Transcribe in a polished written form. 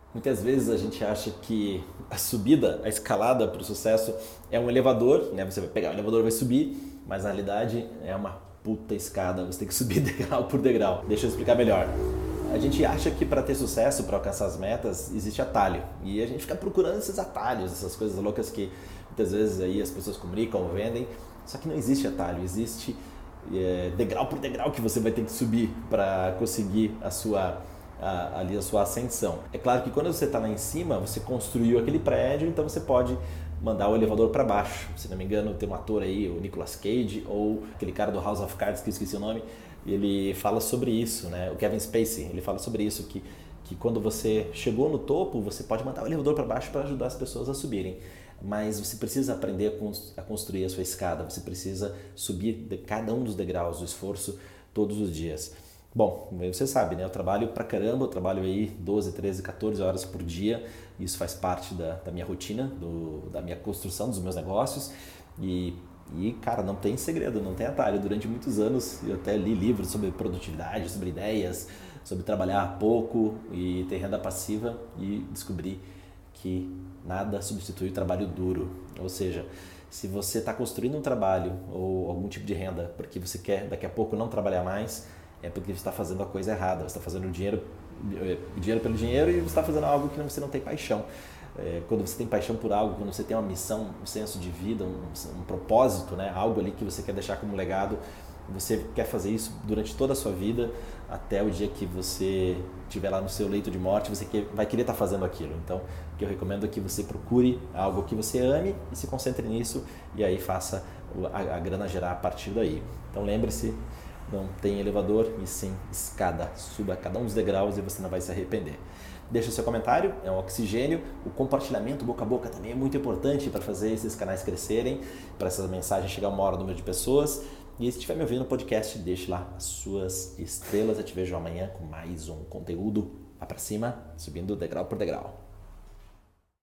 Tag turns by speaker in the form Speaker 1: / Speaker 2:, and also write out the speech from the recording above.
Speaker 1: Muitas vezes a gente acha que a subida, a escalada para o sucesso é um elevador, né? Você vai pegar o elevador e vai subir, mas na realidade é uma puta escada, você tem que subir degrau por degrau. Deixa eu explicar melhor. A gente acha que para ter sucesso, para alcançar as metas, existe atalho. E a gente fica procurando esses atalhos, essas coisas loucas que muitas vezes aí as pessoas comunicam ou vendem. Só que não existe atalho, existe degrau por degrau que você vai ter que subir para conseguir ali a sua ascensão. É claro que quando você está lá em cima, você construiu aquele prédio, então você pode mandar o elevador para baixo. Se não me engano, tem um ator aí, o Nicolas Cage, ou aquele cara do House of Cards, que eu esqueci o nome, ele fala sobre isso, né? O Kevin Spacey, ele fala sobre isso, que quando você chegou no topo, você pode mandar o elevador para baixo para ajudar as pessoas a subirem. Mas você precisa aprender a construir a sua escada, você precisa subir de cada um dos degraus do esforço todos os dias. Bom, você sabe, né? Eu trabalho pra caramba, eu trabalho aí 12, 13, 14 horas por dia. Isso faz parte da minha rotina, da minha construção dos meus negócios. Cara, não tem segredo, não tem atalho. Durante muitos anos eu até li livros sobre produtividade, sobre ideias, sobre trabalhar pouco e ter renda passiva e descobri que nada substitui o trabalho duro. Ou seja, se você está construindo um trabalho ou algum tipo de renda porque você quer daqui a pouco não trabalhar mais, é porque você está fazendo a coisa errada. Você está fazendo dinheiro pelo dinheiro e você está fazendo algo que você não tem paixão. Quando você tem paixão por algo, quando você tem uma missão, um senso de vida, um propósito, né? Algo ali que você quer deixar como legado, você quer fazer isso durante toda a sua vida, até o dia que você estiver lá no seu leito de morte, vai querer estar fazendo aquilo. Então, o que eu recomendo é que você procure algo que você ame e se concentre nisso, e aí faça a grana gerar a partir daí. Então, lembre-se, não tem elevador e sim escada. Suba cada um dos degraus e você não vai se arrepender. Deixa o seu comentário, é um oxigênio. O compartilhamento boca a boca também é muito importante para fazer esses canais crescerem, para essa mensagem chegar a uma hora número de pessoas. E se estiver me ouvindo no podcast, deixe lá as suas estrelas. Eu te vejo amanhã com mais um conteúdo lá para cima, subindo degrau por degrau.